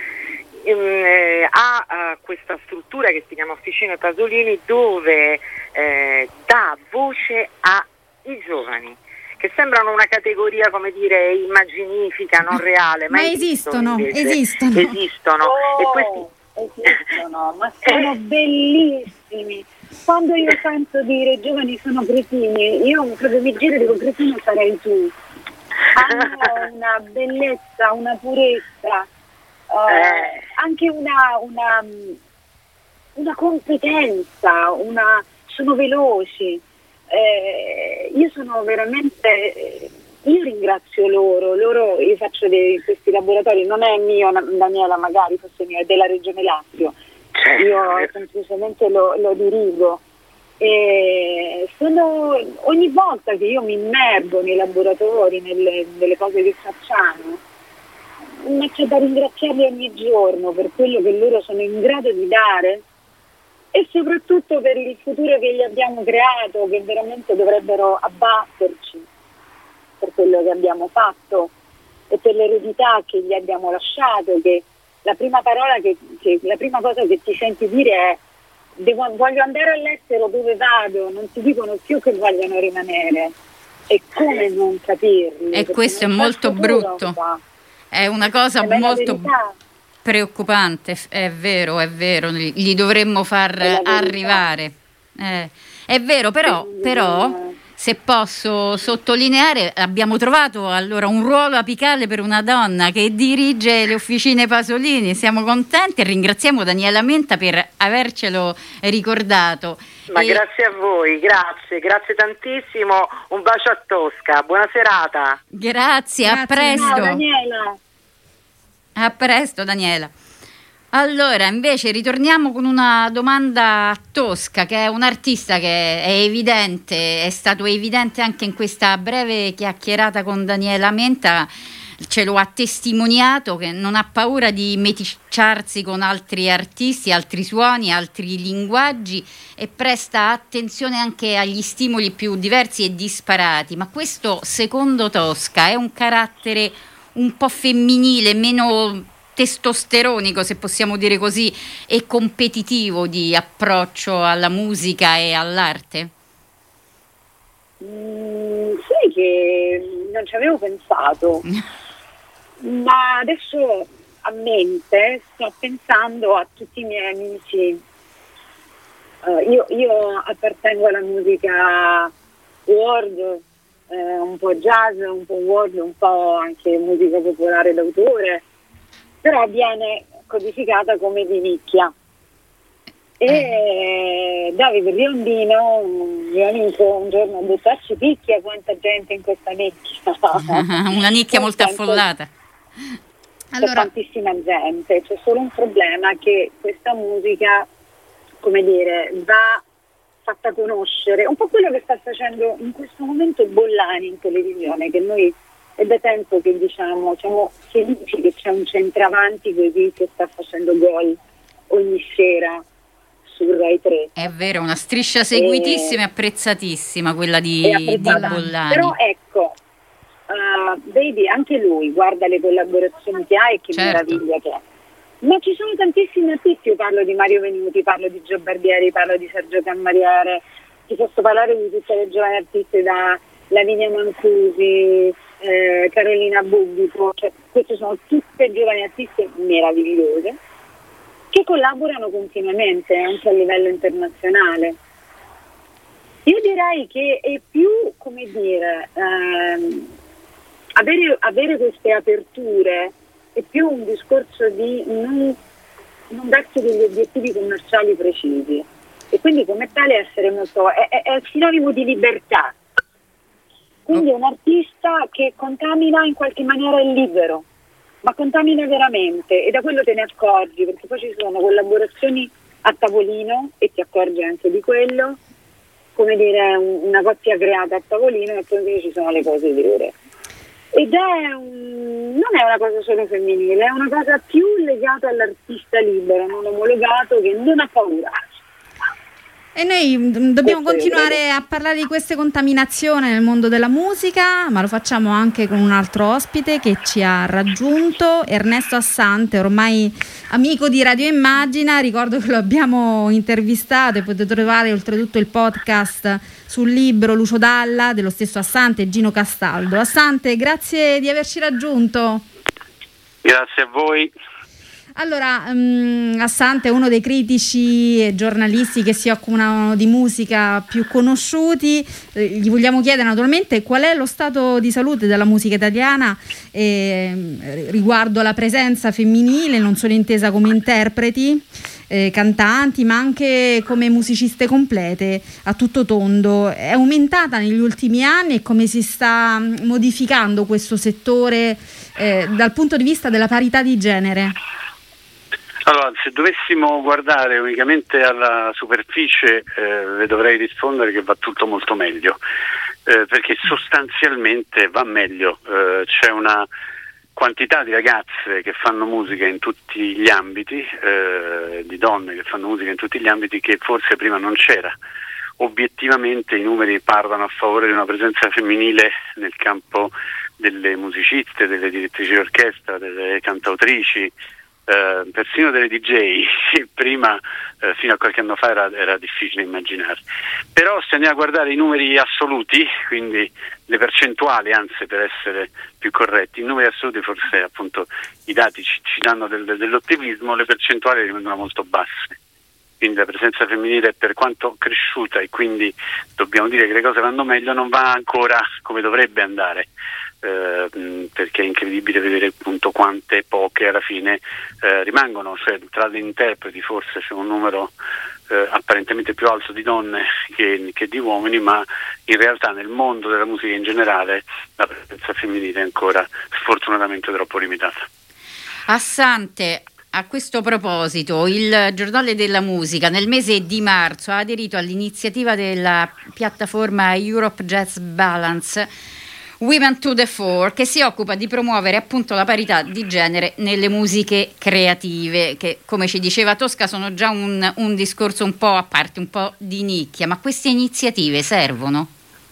eh, ha eh, questa struttura che si chiama Officine Pasolini, dove eh, dà voce ai giovani, che sembrano una categoria, come dire, immaginifica, non reale, ma, ma esistono, esistono, esistono. esistono. Oh, e questi... esistono, ma sono bellissimi. Quando io sento dire i giovani sono cretini, io proprio mi giro e dico: cretino sarei tu. Hanno una bellezza, una purezza, uh, eh. anche una, una, una competenza, una, sono veloci. Eh, io sono veramente, io ringrazio loro, loro io faccio dei, questi laboratori, non è mio, Daniela, magari fosse mio, è della Regione Lazio. Io semplicemente lo, lo dirigo e sono, ogni volta che io mi immergo nei laboratori, nelle, nelle cose che facciamo, ma c'è da ringraziarli ogni giorno per quello che loro sono in grado di dare e soprattutto per il futuro che gli abbiamo creato, che veramente dovrebbero abbatterci per quello che abbiamo fatto e per l'eredità che gli abbiamo lasciato, che la prima parola che, che la prima cosa che ti senti dire è: devo, voglio andare all'estero, dove vado? Non ti dicono più che vogliono rimanere. E come non capirli? E questo è molto brutto, è una cosa è molto preoccupante, è vero, è vero, gli dovremmo far arrivare. Eh, è vero, però, Quindi, però se posso sottolineare, abbiamo trovato allora un ruolo apicale per una donna che dirige le Officine Pasolini. Siamo contenti e ringraziamo Daniela Menta per avercelo ricordato. Ma e... grazie a voi, grazie, grazie tantissimo. Un bacio a Tosca, buona serata. Grazie, grazie. A presto. Ciao, Daniela. A presto, Daniela. Allora, invece ritorniamo con una domanda a Tosca, che è un artista che è evidente, è stato evidente anche in questa breve chiacchierata con Daniela Menta, ce lo ha testimoniato, che non ha paura di meticciarsi con altri artisti, altri suoni, altri linguaggi e presta attenzione anche agli stimoli più diversi e disparati. Ma questo, secondo Tosca, è un carattere un po' femminile, meno testosteronico, se possiamo dire così, e competitivo di approccio alla musica e all'arte? Mm, sai che non ci avevo pensato, ma adesso a mente sto pensando a tutti i miei amici. Uh, io, io appartengo alla musica world, eh, un po' jazz, un po' world, un po' anche musica popolare d'autore, però viene codificata come di nicchia. E eh. Davide Biondino, un mio amico, un giorno ha detto: ah, ci picchia quanta gente in questa nicchia. Una nicchia molto affollata. C'è allora... tantissima gente, c'è solo un problema, che questa musica, come dire, va fatta conoscere, un po' quello che sta facendo in questo momento Bollani in televisione, che noi è da tempo che diciamo siamo felici che c'è un centravanti così che sta facendo gol ogni sera su Rai tre. È vero, una striscia seguitissima e, e apprezzatissima quella di, di Bollani. Però ecco, uh, vedi, anche lui guarda le collaborazioni che ha e che certo. meraviglia che è. Ma ci sono tantissimi artisti, io parlo di Mario Venuti, parlo di Gio Barbieri, parlo di Sergio Cammariere, ti posso parlare di tutte le giovani artiste da Lavinia Mancusi, eh, Carolina Bubbico, cioè, queste sono tutte giovani artiste meravigliose che collaborano continuamente anche a livello internazionale. Io direi che è più, come dire, ehm, avere, avere queste aperture è più un discorso di non, non darsi degli obiettivi commerciali precisi e quindi come tale essere molto, è, è, è sinonimo di libertà. Quindi è un artista che contamina in qualche maniera il libero, ma contamina veramente, e da quello te ne accorgi, perché poi ci sono collaborazioni a tavolino e ti accorgi anche di quello, come dire una coppia creata a tavolino e poi invece ci sono le cose vere. Ed è un, non è una cosa solo femminile, è una cosa più legata all'artista libero, non omologato, che non ha paura. E noi dobbiamo continuare a parlare di queste contaminazioni nel mondo della musica, ma lo facciamo anche con un altro ospite che ci ha raggiunto, Ernesto Assante, ormai amico di Radio Immagina. Ricordo che lo abbiamo intervistato e potete trovare oltretutto il podcast sul libro Lucio Dalla dello stesso Assante e Gino Castaldo. Assante, grazie di averci raggiunto. Grazie a voi. Allora, um, Assante è uno dei critici e giornalisti che si occupano di musica più conosciuti. Eh, gli vogliamo chiedere naturalmente qual è lo stato di salute della musica italiana eh, riguardo alla presenza femminile, non solo intesa come interpreti, eh, cantanti, ma anche come musiciste complete, a tutto tondo. È aumentata negli ultimi anni e come si sta modificando questo settore eh, dal punto di vista della parità di genere? Allora, se dovessimo guardare unicamente alla superficie, eh, le dovrei rispondere che va tutto molto meglio, eh, perché sostanzialmente va meglio. Eh, c'è una quantità di ragazze che fanno musica in tutti gli ambiti, eh, di donne che fanno musica in tutti gli ambiti, che forse prima non c'era. Obiettivamente i numeri parlano a favore di una presenza femminile nel campo delle musiciste, delle direttrici d'orchestra, delle cantautrici, Uh, persino delle D J, che prima uh, fino a qualche anno fa era, era difficile immaginare. Però se andiamo a guardare i numeri assoluti, quindi le percentuali, anzi per essere più corretti, i numeri assoluti, forse appunto i dati ci, ci danno del, del, dell'ottimismo, le percentuali rimangono molto basse. Quindi la presenza femminile, per quanto cresciuta, e quindi dobbiamo dire che le cose vanno meglio, non va ancora come dovrebbe andare. Eh, perché è incredibile vedere appunto quante poche alla fine eh, rimangono, cioè tra gli interpreti forse c'è un numero eh, apparentemente più alto di donne che, che di uomini, ma in realtà nel mondo della musica in generale la presenza femminile è ancora sfortunatamente troppo limitata. Assante, a questo proposito, il Giornale della Musica nel mese di marzo ha aderito all'iniziativa della piattaforma Europe Jazz Balance Women to the Fore, che si occupa di promuovere appunto la parità di genere nelle musiche creative, che come ci diceva Tosca sono già un, un discorso un po' a parte, un po' di nicchia, ma queste iniziative servono?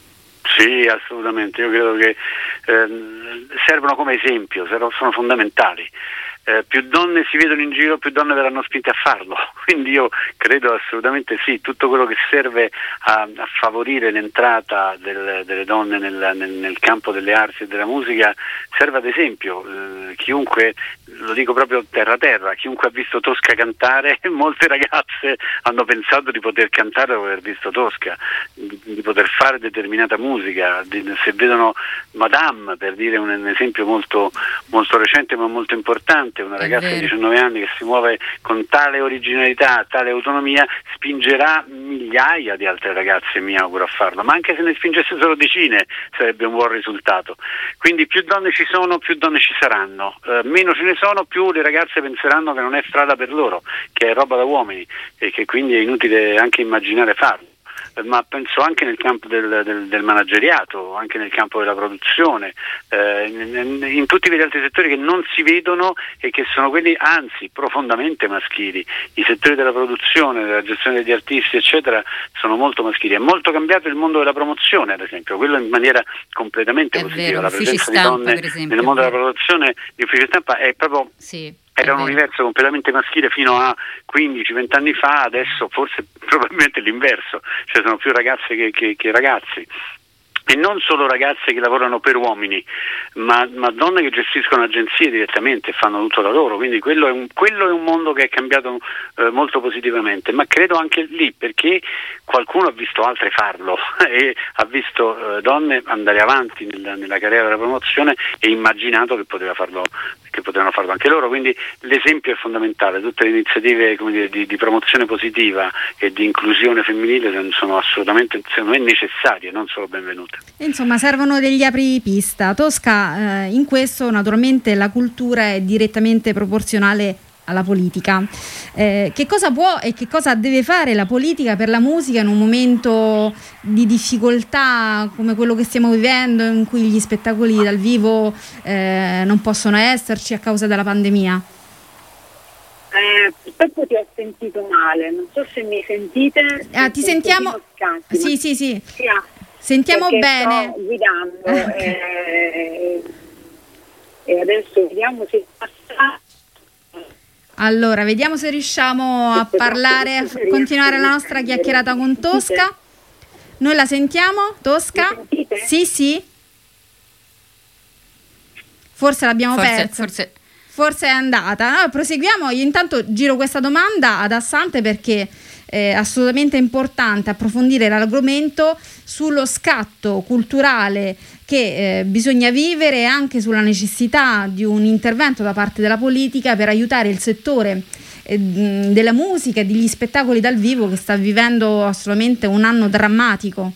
Sì, assolutamente, io credo che eh, servono come esempio, sono fondamentali. Eh, più donne si vedono in giro, più donne verranno spinte a farlo, quindi io credo assolutamente sì, tutto quello che serve a, a favorire l'entrata del, delle donne nel, nel, nel campo delle arti e della musica serve ad esempio. Eh, chiunque, lo dico proprio terra terra, chiunque ha visto Tosca cantare, molte ragazze hanno pensato di poter cantare dopo aver visto Tosca, di, di poter fare determinata musica, di, se vedono Madame, per dire un, un esempio molto, molto recente ma molto importante, una ragazza di diciannove anni che si muove con tale originalità, tale autonomia, spingerà migliaia di altre ragazze, mi auguro, a farlo, ma anche se ne spingesse solo decine sarebbe un buon risultato. Quindi più donne ci sono, più donne ci saranno, eh, meno ce ne sono, più le ragazze penseranno che non è strada per loro, che è roba da uomini e che quindi è inutile anche immaginare farlo. Ma penso anche nel campo del, del, del manageriato, anche nel campo della produzione, eh, in, in tutti quegli altri settori che non si vedono e che sono quelli anzi profondamente maschili. I settori della produzione, della gestione degli artisti eccetera sono molto maschili. È molto cambiato il mondo della promozione, ad esempio, quello in maniera completamente è positiva. Vero, la presenza stampa, di donne per esempio, nel mondo della produzione di uffici stampa è proprio... Sì. Era un universo completamente maschile fino a quindici venti anni fa, adesso forse probabilmente l'inverso, cioè sono più ragazze che, che, che ragazzi. e non solo ragazze che lavorano per uomini, ma, ma donne che gestiscono agenzie direttamente e fanno tutto da loro, quindi quello è un, quello è un mondo che è cambiato eh, molto positivamente, ma credo anche lì perché qualcuno ha visto altre farlo e ha visto eh, donne andare avanti nella, nella carriera della promozione e immaginato che poteva farlo, che potevano farlo anche loro, quindi l'esempio è fondamentale. Tutte le iniziative, come dire, di, di promozione positiva e di inclusione femminile sono assolutamente, secondo me, necessarie, non solo benvenute. Insomma, servono degli apripista. Tosca, eh, in questo naturalmente la cultura è direttamente proporzionale alla politica. Eh, che cosa può e che cosa deve fare la politica per la musica in un momento di difficoltà come quello che stiamo vivendo, in cui gli spettacoli dal vivo eh, non possono esserci a causa della pandemia? Eh, purtroppo ti ho sentito male, non so se mi sentite. Ah, ti sentiamo? Scatti, sì, sì, sì. sì ah, Sentiamo bene. Sto guidando okay. eh, e adesso vediamo se passa. Allora, vediamo se riusciamo a parlare, a continuare la nostra chiacchierata con Tosca. Noi la sentiamo, Tosca? Sì, sì. Forse l'abbiamo forse, persa. Forse. Forse è andata. No, proseguiamo. Io intanto giro questa domanda ad Assante perché è assolutamente importante approfondire l'argomento sullo scatto culturale che eh, bisogna vivere e anche sulla necessità di un intervento da parte della politica per aiutare il settore eh, della musica e degli spettacoli dal vivo che sta vivendo assolutamente un anno drammatico.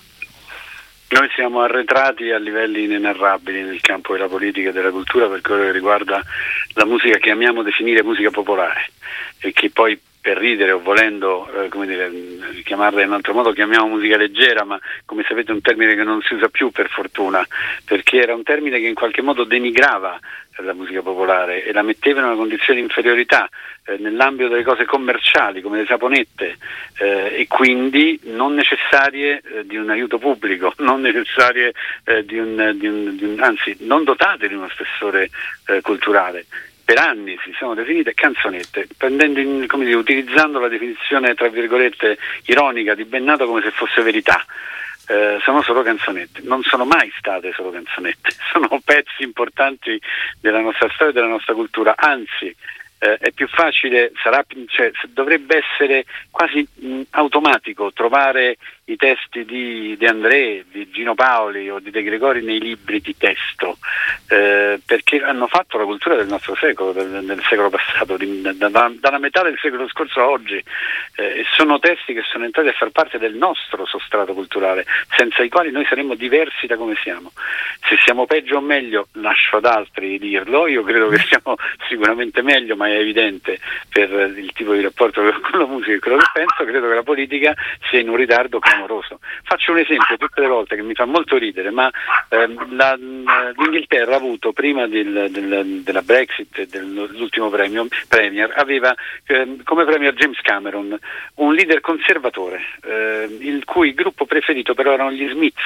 Noi siamo arretrati a livelli inenarrabili nel campo della politica e della cultura per quello che riguarda la musica che amiamo definire musica popolare e che poi per ridere o volendo eh, come dire, chiamarla in un altro modo chiamiamo musica leggera, ma come sapete è un termine che non si usa più per fortuna, perché era un termine che in qualche modo denigrava la musica popolare e la metteva in una condizione di inferiorità eh, nell'ambito delle cose commerciali come le saponette eh, e quindi non necessarie eh, di un aiuto pubblico, non necessarie eh, di, un, di, un, di un anzi non dotate di uno spessore eh, culturale. Per anni si sono definite canzonette, prendendo in, come dire, utilizzando la definizione tra virgolette ironica di Bennato come se fosse verità. Eh, sono solo canzonette, non sono mai state solo canzonette, sono pezzi importanti della nostra storia e della nostra cultura, anzi eh, è più facile, sarà, cioè, dovrebbe essere quasi mh, automatico trovare i testi di De André, di Gino Paoli o di De Gregori nei libri di testo, eh, perché hanno fatto la cultura del nostro secolo, del, del secolo passato, di, da, da, dalla metà del secolo scorso a oggi, eh, e sono testi che sono entrati a far parte del nostro sostrato culturale, senza i quali noi saremmo diversi da come siamo. Se siamo peggio o meglio lascio ad altri dirlo, io credo che siamo sicuramente meglio, ma è evidente per il tipo di rapporto con la musica e quello che penso, credo che la politica sia in un ritardo clamoroso. Faccio un esempio tutte le volte che mi fa molto ridere, ma ehm, la, l'Inghilterra ha avuto prima del, del, della Brexit e dell'ultimo premio, Premier aveva ehm, come Premier James Cameron, un leader conservatore, eh, il cui gruppo preferito però erano gli Smiths,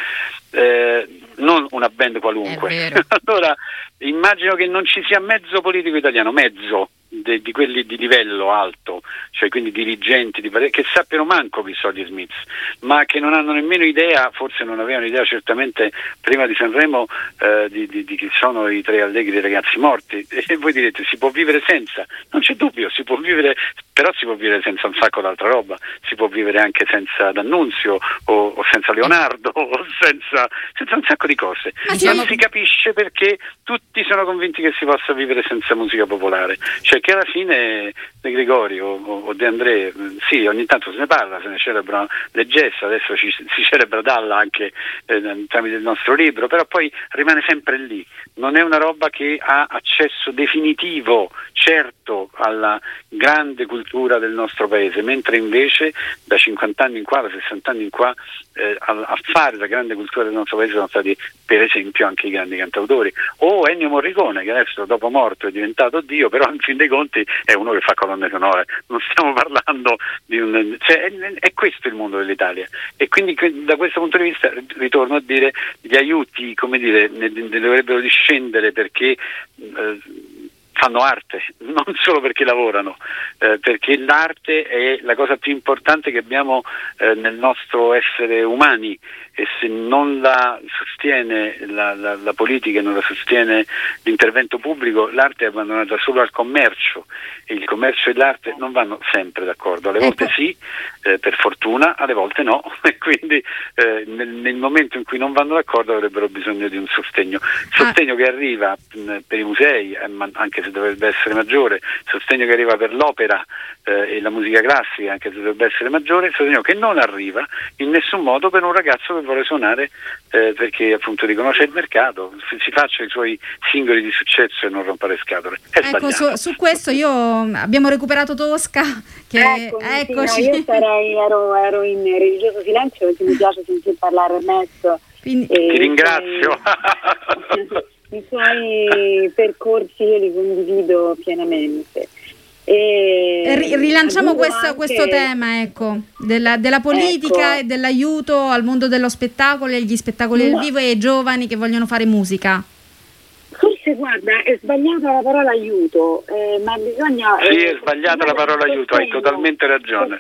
eh, non una band qualunque. Allora immagino che non ci sia mezzo politico italiano, mezzo de, di quelli di livello alto, cioè quindi dirigenti di, che sappiano manco chi sono gli Smiths, ma che non hanno nemmeno idea, forse non avevano idea certamente prima di Sanremo eh, di, di, di chi sono i tre allegri ragazzi morti. E voi direte si può vivere senza, non c'è dubbio, si può vivere, però si può vivere senza un sacco d'altra roba, si può vivere anche senza D'Annunzio o, o senza Leonardo o senza, senza un sacco di cose. Ma diciamo... non si capisce perché tutti sono convinti che si possa vivere senza musica popolare, cioè che alla fine De Gregori o, o De André, sì, ogni tanto se ne parla, se ne celebrano le gesta, adesso ci, si celebra Dalla anche eh, tramite il nostro libro, però poi rimane sempre lì, non è una roba che ha accesso definitivo, certo, alla grande cultura del nostro paese, mentre invece da cinquanta anni in qua, da sessanta anni in qua, eh, a, a fare la grande cultura del nostro paese sono stati per esempio anche i grandi cantautori, o Ennio Morricone, che adesso dopo morto è diventato Dio, però in fin dei conti è uno che fa colonne sonore, non stiamo parlando di un... cioè, è, è questo il mondo dell'Italia, e quindi da questo punto di vista ritorno a dire gli aiuti, come dire, ne, ne dovrebbero discendere perché eh, fanno arte, non solo perché lavorano, eh, perché l'arte è la cosa più importante che abbiamo eh, nel nostro essere umani, e se non la sostiene la, la, la politica e non la sostiene l'intervento pubblico, l'arte è abbandonata solo al commercio, e il commercio e l'arte non vanno sempre d'accordo, alle volte ecco. sì, eh, per fortuna, alle volte no, e quindi eh, nel, nel momento in cui non vanno d'accordo avrebbero bisogno di un sostegno, sostegno ah. che arriva mh, per i musei, eh, ma anche se dovrebbe essere maggiore, sostegno che arriva per l'opera eh, e la musica classica, anche se dovrebbe essere maggiore, sostegno che non arriva in nessun modo per un ragazzo che vuole suonare eh, perché appunto riconosce il mercato, si faccia i suoi singoli di successo e non rompa le scatole. È ecco, su, su questo io abbiamo recuperato Tosca che eccomi, eccoci. Sì, no, io sarei, ero, ero in religioso silenzio perché mi piace sentir parlare Ernesto. Quindi, e ti ringrazio. I, i suoi percorsi io li condivido pienamente. E rilanciamo questo, anche... questo tema ecco, della, della politica ecco. e dell'aiuto al mondo dello spettacolo e agli spettacoli no. del vivo e ai giovani che vogliono fare musica. Forse guarda, è sbagliata la parola aiuto, eh, ma bisogna... Sì, è sbagliata la parola aiuto, hai totalmente ragione.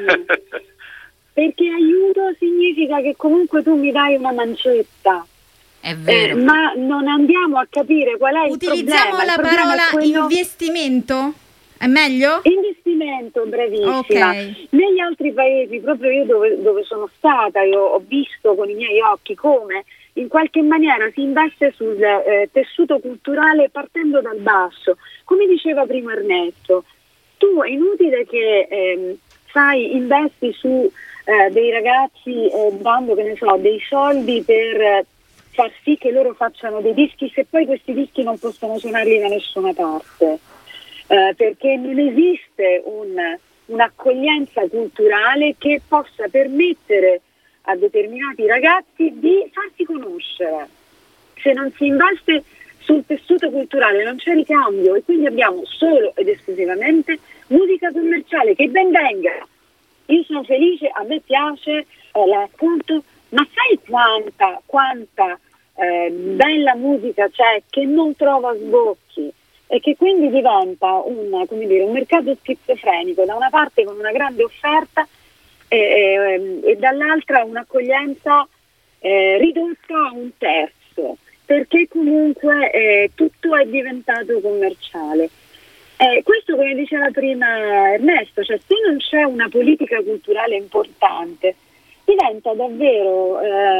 Perché aiuto significa che comunque tu mi dai una mancetta. È vero. Eh, ma non andiamo a capire qual è il Utilizziamo problema. la il problema parola quello... investimento? È meglio? Investimento, bravissima. Okay. Negli altri paesi, proprio io dove, dove sono stata, io ho visto con i miei occhi come in qualche maniera si investe sul eh, tessuto culturale partendo dal basso. Come diceva prima Ernesto, tu è inutile che eh, fai, investi su eh, dei ragazzi eh, dando, che ne so, dei soldi per eh, far sì che loro facciano dei dischi se poi questi dischi non possono suonarli da nessuna parte. Uh, perché non esiste un, un'accoglienza culturale che possa permettere a determinati ragazzi di farsi conoscere. Se non si investe sul tessuto culturale non c'è ricambio e quindi abbiamo solo ed esclusivamente musica commerciale, che ben venga. Io sono felice, a me piace, eh, la ascolto, ma sai quanta, quanta eh, bella musica c'è che non trova sbocchi? E che quindi diventa un, come dire, un mercato schizofrenico, da una parte con una grande offerta e, e, e dall'altra un'accoglienza eh, ridotta a un terzo, perché comunque eh, tutto è diventato commerciale. Eh, questo, come diceva prima Ernesto, cioè se non c'è una politica culturale importante diventa davvero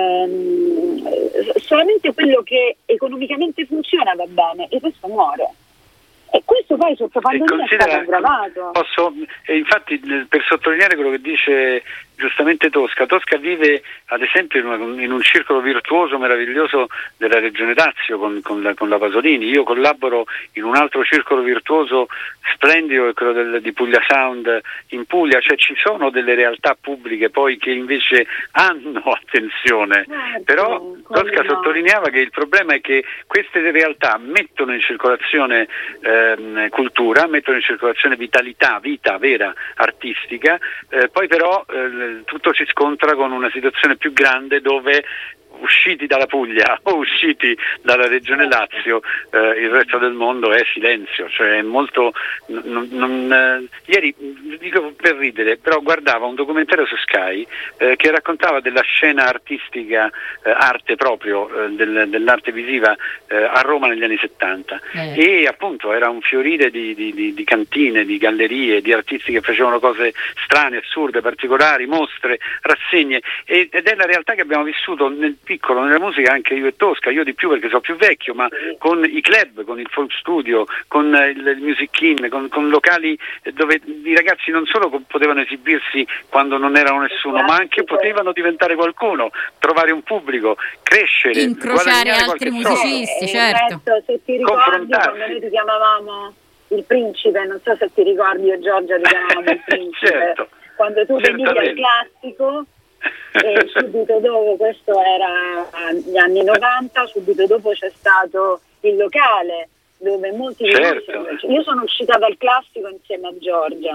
ehm, solamente quello che economicamente funziona va bene e questo muore. E questo poi sotto pandemia è stato aggravato. Posso, eh, infatti per sottolineare quello che dice giustamente Tosca, Tosca vive ad esempio in, una, in un circolo virtuoso meraviglioso della Regione Lazio con, con, la, con la Pasolini. Io collaboro in un altro circolo virtuoso splendido, è quello del, di Puglia Sound in Puglia, cioè ci sono delle realtà pubbliche poi che invece hanno attenzione, certo, però Tosca no. sottolineava che il problema è che queste realtà mettono in circolazione ehm, cultura, mettono in circolazione vitalità, vita vera artistica, eh, poi però eh, tutto si scontra con una situazione più grande dove usciti dalla Puglia o usciti dalla regione Lazio eh, il resto del mondo è silenzio, cioè è molto non, non, eh, ieri dico per ridere, però guardavo un documentario su Sky eh, che raccontava della scena artistica, eh, arte proprio eh, del, dell'arte visiva eh, a Roma negli anni settanta eh. e appunto era un fiorire di, di, di, di cantine, di gallerie, di artisti che facevano cose strane, assurde, particolari, mostre, rassegne e, ed è la realtà che abbiamo vissuto nel piccolo nella musica, anche io e Tosca, io di più perché sono più vecchio, ma con i club, con il folk studio, con il, il music in, con, con locali dove i ragazzi non solo potevano esibirsi quando non erano nessuno, ma anche potevano diventare qualcuno, trovare un pubblico, crescere, incrociare altri musicisti, certo. Resto, se ti ricordi quando noi ti chiamavamo il principe, non so se ti ricordi, io e Giorgia ti chiamavamo il principe, certo, quando tu venivi al classico. E subito dopo, questo era negli anni novanta, subito dopo c'è stato il locale dove molti di certo. noi, io sono uscita dal classico insieme a Giorgia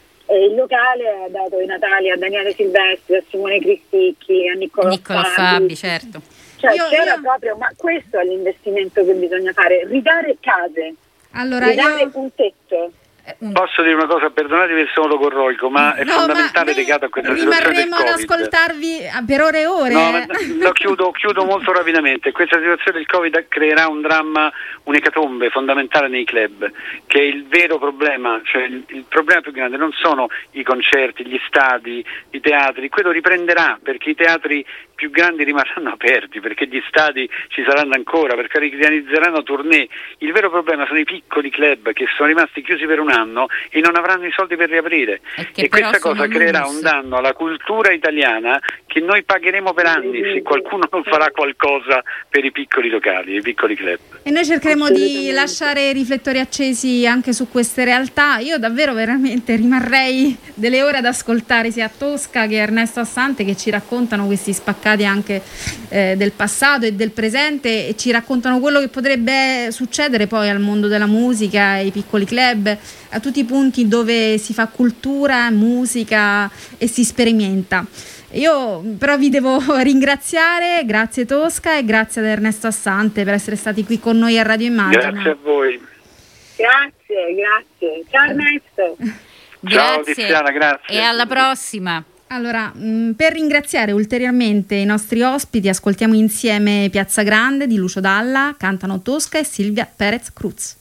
e il locale ha dato i Natali a Daniele Silvestri, a Simone Cristicchi, a Niccolo, Niccolo Fabi, Fabi certo. Cioè io, c'era io... proprio, ma questo è l'investimento che bisogna fare, ridare case, allora, ridare io... un tetto. Un... Posso dire una cosa, perdonatemi se sono logorroico, ma è no, fondamentale legato a questa situazione del Covid. Rimarremo ad ascoltarvi per ore e ore. No, ma lo chiudo, chiudo molto rapidamente. Questa situazione del Covid creerà un dramma, un'ecatombe fondamentale nei club, che è il vero problema, cioè il, il problema più grande non sono i concerti, gli stadi, i teatri, quello riprenderà perché i teatri più grandi rimarranno aperti, perché gli stadi ci saranno ancora, perché organizzeranno tournée. Il vero problema sono i piccoli club che sono rimasti chiusi per un anno e non avranno i soldi per riaprire, e, e questa cosa creerà un danno alla cultura italiana che noi pagheremo per anni se qualcuno non farà qualcosa per i piccoli locali, i piccoli club. E noi cercheremo di lasciare riflettori accesi anche su queste realtà. Io davvero veramente rimarrei delle ore ad ascoltare sia Tosca che Ernesto Assante, che ci raccontano questi spaccati anche eh, del passato e del presente, e ci raccontano quello che potrebbe succedere poi al mondo della musica, ai piccoli club, a tutti i punti dove si fa cultura, musica e si sperimenta. Io però vi devo ringraziare, grazie Tosca e grazie ad Ernesto Assante per essere stati qui con noi a Radio Immagina. Grazie a voi. Grazie, grazie. Ciao Ernesto. Ciao Tiziana, grazie. E alla prossima. Allora, mh, per ringraziare ulteriormente i nostri ospiti, ascoltiamo insieme Piazza Grande di Lucio Dalla, cantano Tosca e Silvia Perez Cruz.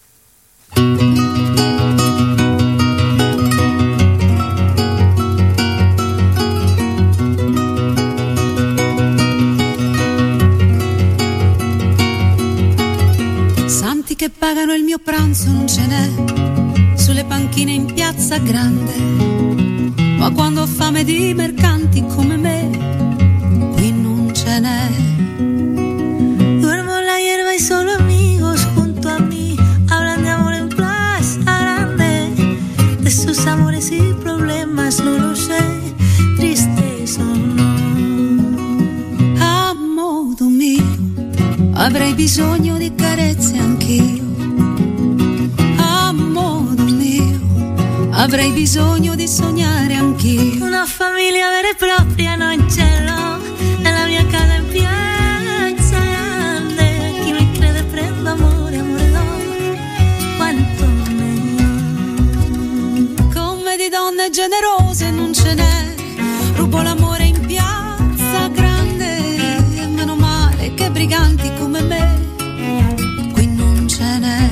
Santi che pagano il mio pranzo non ce n'è sulle panchine in Piazza Grande. Ma quando ho fame di mercanti come me, qui non ce n'è. Duermo en la hierba y solo amigos junto a mí hablan de amor en Plaza Grande, de sus amores y problemas, no lo sé, tristes o no. A modo mio, avrei bisogno di carezze anch'io. A modo mio, avrei bisogno di sognare anch'io. Una famiglia vera e propria non ce l'ho, nella mia casa in Piazza Grande. Chi mi crede prendo amore, amore do, quanto ne ho. Come di donne generose non ce n'è, rubo l'amore in Piazza Grande. E meno male che briganti come me qui non ce n'è.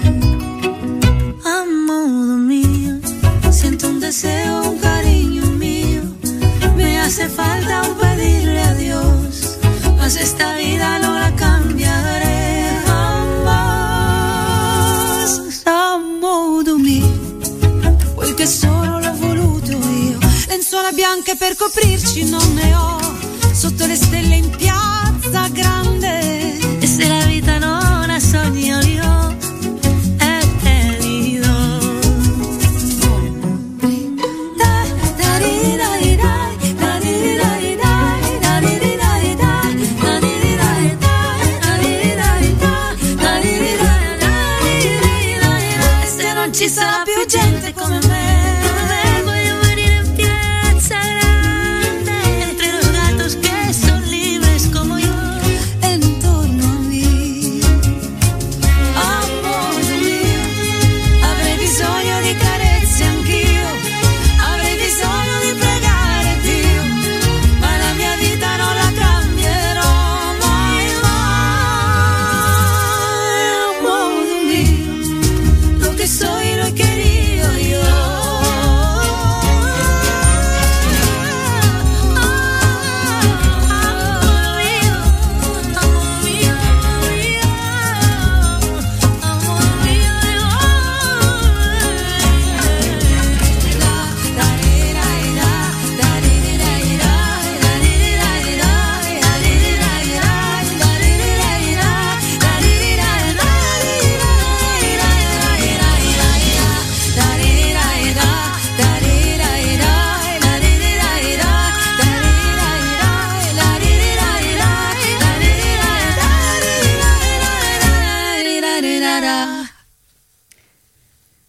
A modo mio siento un deseo, un cariño mío, me hace falta un pedirle a Dios, mas esta vida no la cambiaré jamás. A modo mio, quel che sono l'ho voluto io, lenzuola bianche per coprirci non ne ho, sotto le stelle in Piazza Grande. E se la vita non ha sogni io ci sarà più gente come me, voglio venire in Piazza Grande, entre los gatos que son libres como yo, intorno a mí. Amor mio, avrei bisogno di carezze anch'io, avrei bisogno di pregare Dio, ma la mia vita non la cambierò mai, mai. Amor mio, lo che so io lo quería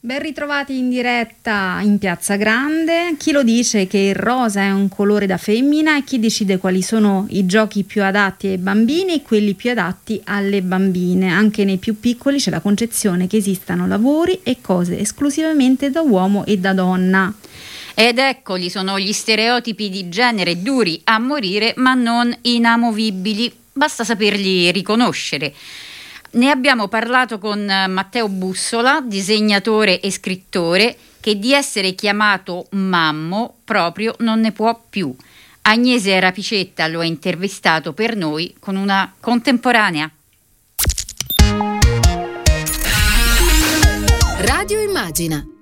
Ben ritrovati in diretta in Piazza Grande. Chi lo dice che il rosa è un colore da femmina e chi decide quali sono i giochi più adatti ai bambini e quelli più adatti alle bambine. Anche nei più piccoli c'è la concezione che esistano lavori e cose esclusivamente da uomo e da donna. Ed eccoli, sono gli stereotipi di genere duri a morire ma non inamovibili, basta saperli riconoscere. Ne abbiamo parlato con Matteo Bussola, disegnatore e scrittore, che di essere chiamato mammo proprio non ne può più. Agnese Rapicetta lo ha intervistato per noi con una contemporanea. Radio Immagina.